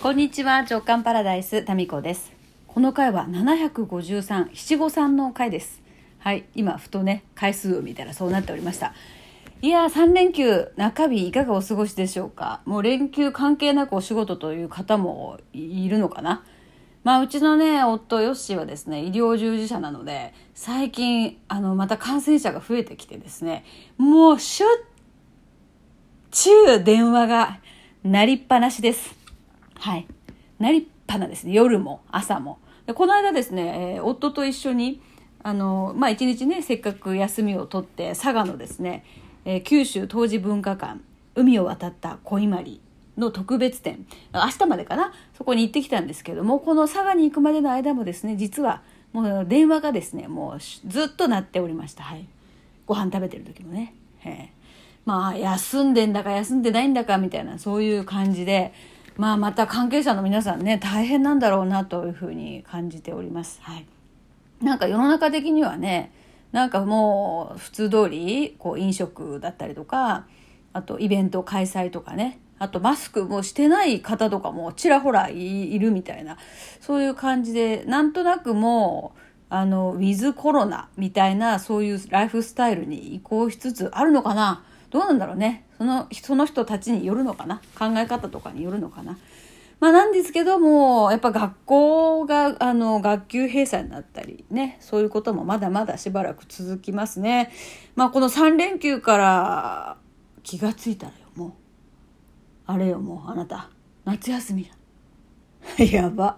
こんにちは、直感パラダイスタミコです。この回は753七五三の回です。はい、今ふとね回数を見たらそうなっておりました。いやー、3連休中日いかがお過ごしでしょうか。もう連休関係なくお仕事という方もいるのかな。うちのね夫ヨッシーはですね医療従事者なので、最近また感染者が増えてきてですね、もうしょっちゅう電話が鳴りっぱなしです。はい、なりっぱなですね。夜も朝も。でこの間ですね、夫と一緒に一日ねせっかく休みを取って佐賀のですね、九州冬至文化館海を渡った小伊万里の特別展、明日までかな、そこに行ってきたんですけども、この佐賀に行くまでの間もですね、実はもう電話がですねもうずっと鳴っておりました。はい、ご飯食べてる時もね、休んでんだか休んでないんだかみたいな、そういう感じで、また関係者の皆さんね大変なんだろうなというふうに感じております。はい、なんか世の中的にはね、なんかもう普通通りこう飲食だったりとか、あとイベント開催とかね、あとマスクもしてない方とかもちらほらいるみたいな、そういう感じで、なんとなくもうウィズコロナみたいな、そういうライフスタイルに移行しつつあるのかな。どうなんだろうね。その人たちによるのかな。考え方とかによるのかな。なんですけども、やっぱ学校が学級閉鎖になったりね、そういうこともまだまだしばらく続きますね。この3連休から気がついたらよ、もうあれよ、もうあなた夏休みややば、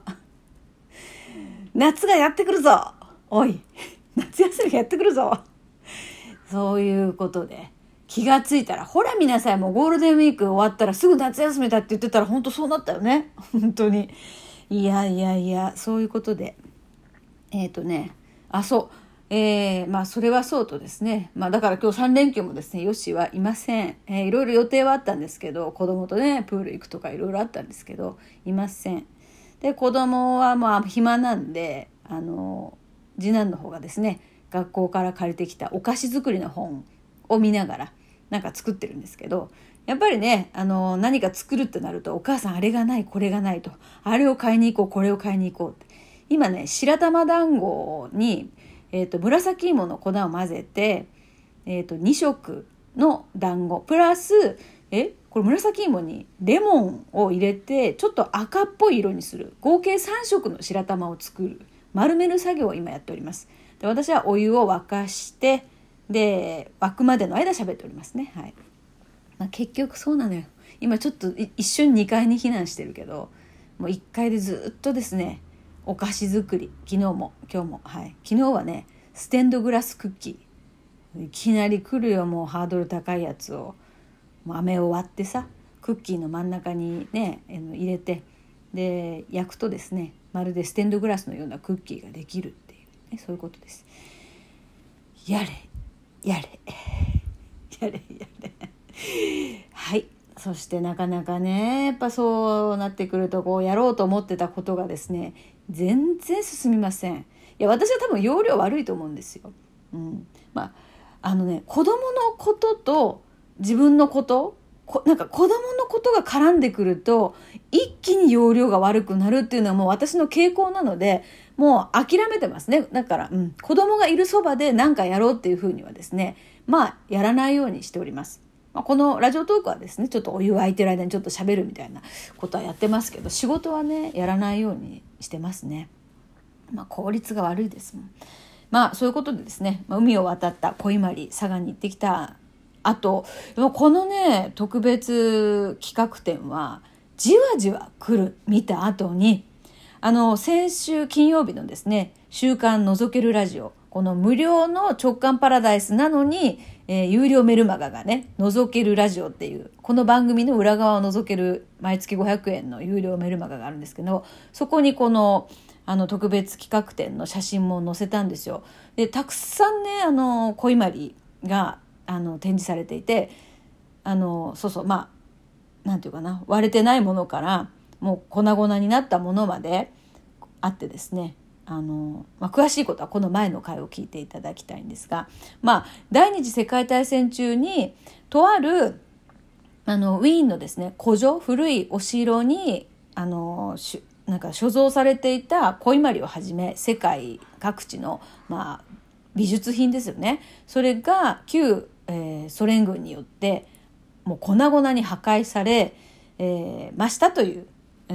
夏がやってくるぞ、おい夏休みがやってくるぞ。そういうことで気がついたら、ほら皆さん、もうゴールデンウィーク終わったらすぐ夏休みだって言ってたら本当そうなったよね。本当にいやそういうことでそれはそうとですね、だから今日3連休もですねヨッシーはいません。いろいろ予定はあったんですけど、子供とねプール行くとかいろいろあったんですけどいません。で子供は暇なんで、次男の方がですね学校から借りてきたお菓子作りの本を見ながらなんか作ってるんですけど、やっぱりね何か作るってなると、お母さんあれがないこれがないと、あれを買いに行こうこれを買いに行こうって、今ね白玉団子に、紫芋の粉を混ぜて、2色の団子プラスこれ紫芋にレモンを入れてちょっと赤っぽい色にする合計3色の白玉を作る丸める作業を今やっております。で私はお湯を沸かして、で沸くまでの間喋っておりますね。はい、結局そうなのよ。今ちょっと一瞬2階に避難してるけど、もう1階でずっとですねお菓子作り、昨日も今日も、昨日はねステンドグラスクッキー、いきなり来るよ、もうハードル高いやつを、飴を割ってさクッキーの真ん中にね入れて、で焼くとですねまるでステンドグラスのようなクッキーができるっていう、そういうことです。やれはい。そしてなかなかねやっぱそうなってくると、こうやろうと思ってたことがですね全然進みません。いや私は多分要領悪いと思うんですよ。子供のことと自分のことなんか子供のことが絡んでくると一気に要領が悪くなるっていうのはもう私の傾向なので、もう諦めてますね。だから、子供がいるそばで何かやろうっていうふうにはですねやらないようにしております。このラジオトークはですねちょっとお湯沸いてる間にちょっと喋るみたいなことはやってますけど、仕事はねやらないようにしてますね。効率が悪いですもん。そういうことでですね、海を渡った小伊万里佐賀に行ってきた後、このね特別企画展はじわじわ来る見た後に、先週金曜日のですね週刊覗けるラジオ、この無料の直感パラダイスなのに、有料メルマガがね覗けるラジオっていうこの番組の裏側を覗ける毎月500円の有料メルマガがあるんですけど、そこにこの特別企画展の写真も載せたんですよ。でたくさんね小伊万里が展示されていて、なんていうかな、割れてないものからもう粉々になったものまであってですね、詳しいことはこの前の回を聞いていただきたいんですが、第二次世界大戦中にとあるウィーンのですね古城、古いお城になんか所蔵されていた古伊万里をはじめ世界各地の、美術品ですよね。それが旧、ソ連軍によってもう粉々に破壊され、ましたという、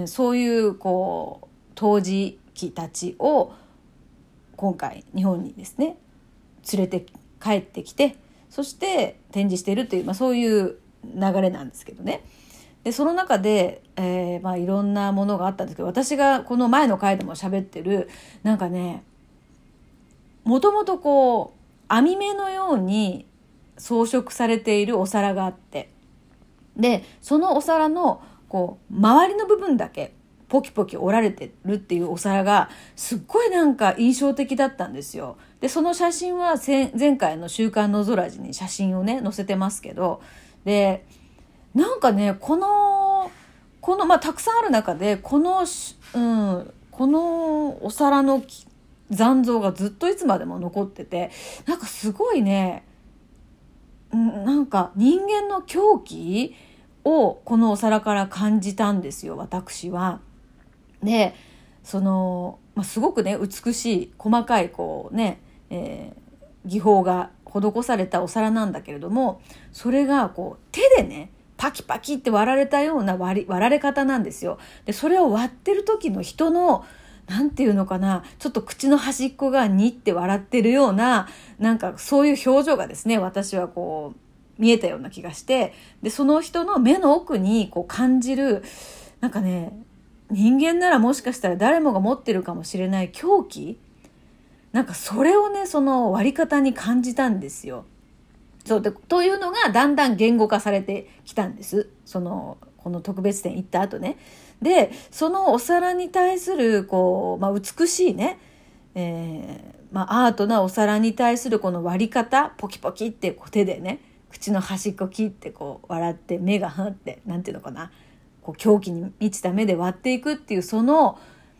そういう陶磁器たちを今回日本にですね連れて帰ってきて、そして展示しているという、そういう流れなんですけどね。でその中で、いろんなものがあったんですけど、私がこの前の回でも喋ってるなんかね、もともと網目のように装飾されているお皿があって、でそのお皿の周りの部分だけポキポキ折られてるっていうお皿がすっごいなんか印象的だったんですよ。でその写真は前回の週刊のぞらじに写真をね載せてますけど、でなんかねこのたくさんある中でこのお皿の残像がずっといつまでも残ってて、なんかすごいね、なんか人間の狂気をこのお皿から感じたんですよ、私は。ですごくね美しい細かい技法が施されたお皿なんだけれども、それが手でねパキパキって割られたような割られ方なんですよ。でそれを割ってる時の人のなんていうのかな、ちょっと口の端っこがにって笑ってるような、なんかそういう表情がですね、私は見えたような気がして、でその人の目の奥に感じる、なんかね、人間ならもしかしたら誰もが持ってるかもしれない狂気、なんかそれをねその割り方に感じたんですよ。というのがだんだん言語化されてきたんです。この特別展行った後ね。でそのお皿に対する美しいね、アートなお皿に対するこの割り方、ポキポキって手でね口の端っこ切って笑って目がはってなんていうのかな、狂気に満ちた目で割っていくっていうその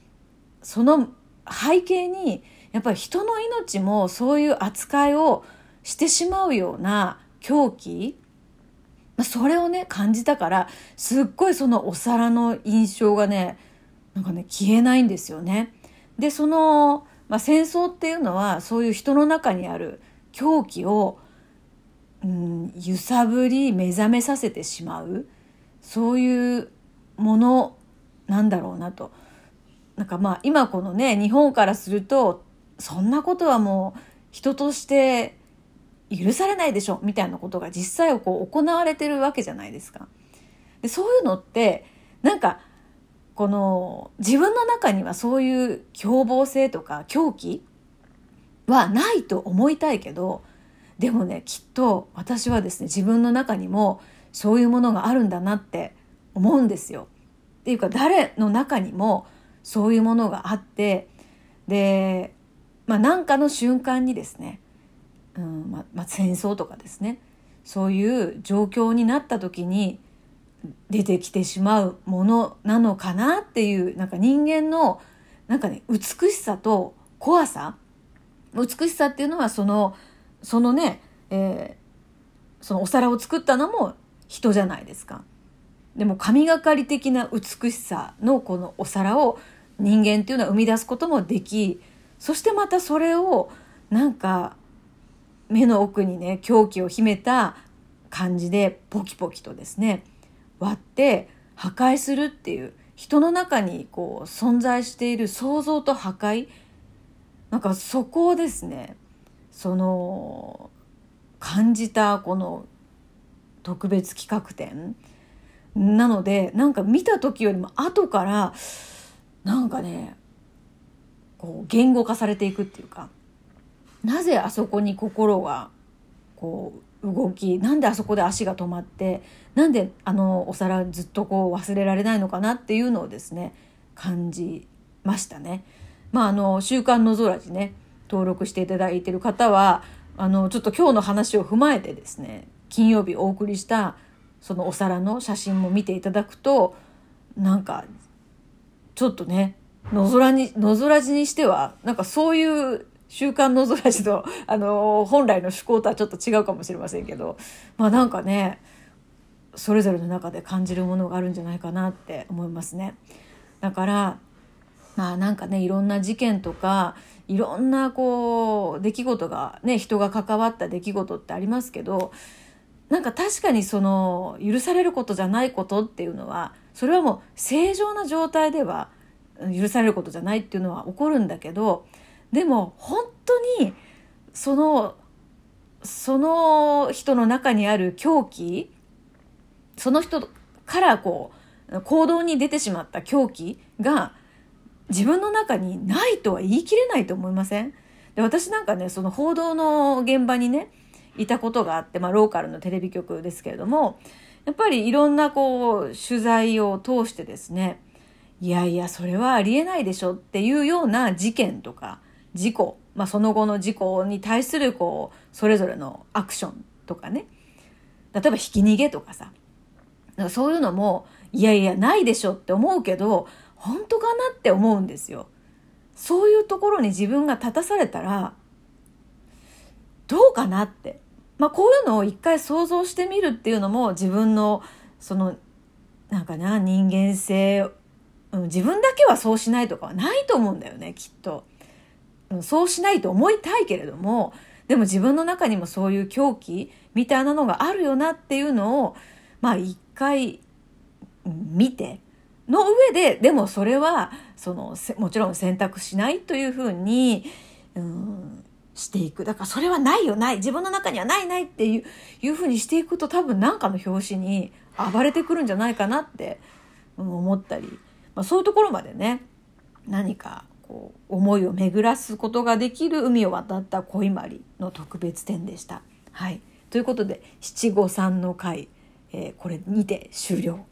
背景にやっぱり人の命もそういう扱いをしてしまうような狂気、それをね感じたから、すっごいそのお皿の印象がねなんかね消えないんですよね。で戦争っていうのはそういう人の中にある狂気を、揺さぶり目覚めさせてしまう、そういうものなんだろうなと。なんか今このね日本からするとそんなことはもう人として許されないでしょみたいなことが実際行われてるわけじゃないですか。でそういうのってなんか自分の中にはそういう凶暴性とか狂気はないと思いたいけど、でもねきっと私はですね自分の中にもそういうものがあるんだなって思うんですよ。っていうか誰の中にもそういうものがあって、で何かの瞬間にですね、戦争とかですね、そういう状況になった時に出てきてしまうものなのかなっていう、なんか人間のなんかね美しさと怖さ、美しさっていうのはそのね、そのお皿を作ったのも人じゃないですか。でも神がかり的な美しさのこのお皿を人間っていうのは生み出すこともでき、そしてまたそれをなんか目の奥にね狂気を秘めた感じでポキポキとですね割って破壊するっていう、人の中に存在している創造と破壊、なんかそこをですね感じたこの特別企画展なので、なんか見た時よりも後からなんかね言語化されていくっていうか、なぜあそこに心が動き、なんであそこで足が止まって、なんでお皿ずっと忘れられないのかなっていうのをですね感じましたね。週刊のぞらじね登録していただいている方はちょっと今日の話を踏まえてですね、金曜日お送りしたそのお皿の写真も見ていただくと、なんかちょっとねのぞらじにしてはなんかそういう週刊のぞらじの、本来の趣向とはちょっと違うかもしれませんけど、なんかねそれぞれの中で感じるものがあるんじゃないかなって思いますね。 だからなんかね、いろんな事件とかいろんな出来事がね、人が関わった出来事ってありますけど、なんか確かにその許されることじゃないことっていうのは、それはもう正常な状態では許されることじゃないっていうのは起こるんだけど、でも本当にその人の中にある狂気、その人から行動に出てしまった狂気が自分の中にないとは言い切れないと思いません？で、私なんかね、その報道の現場にねいたことがあって、ローカルのテレビ局ですけれども、やっぱりいろんな取材を通してですね、いやいやそれはありえないでしょっていうような事件とか事故、その後の事故に対するそれぞれのアクションとかね、例えばひき逃げとかさ、そういうのもいやいやないでしょって思うけど、本当かなって思うんですよ。そういうところに自分が立たされたらどうかなって、こういうのを一回想像してみるっていうのも、自分のその人間性、自分だけはそうしないとかはないと思うんだよね、きっと。そうしないと思いたいけれども、でも自分の中にもそういう狂気みたいなのがあるよなっていうのを一回見ての上で、でもそれはもちろん選択しないというふうにしていく。だからそれはないよ、ない、自分の中にはないっていうふうにしていくと、多分何かの拍子に暴れてくるんじゃないかなって思ったり、そういうところまでね、何か思いを巡らすことができる海を渡った恋まりの特別展でした。はい、ということで七五三の会、これにて終了。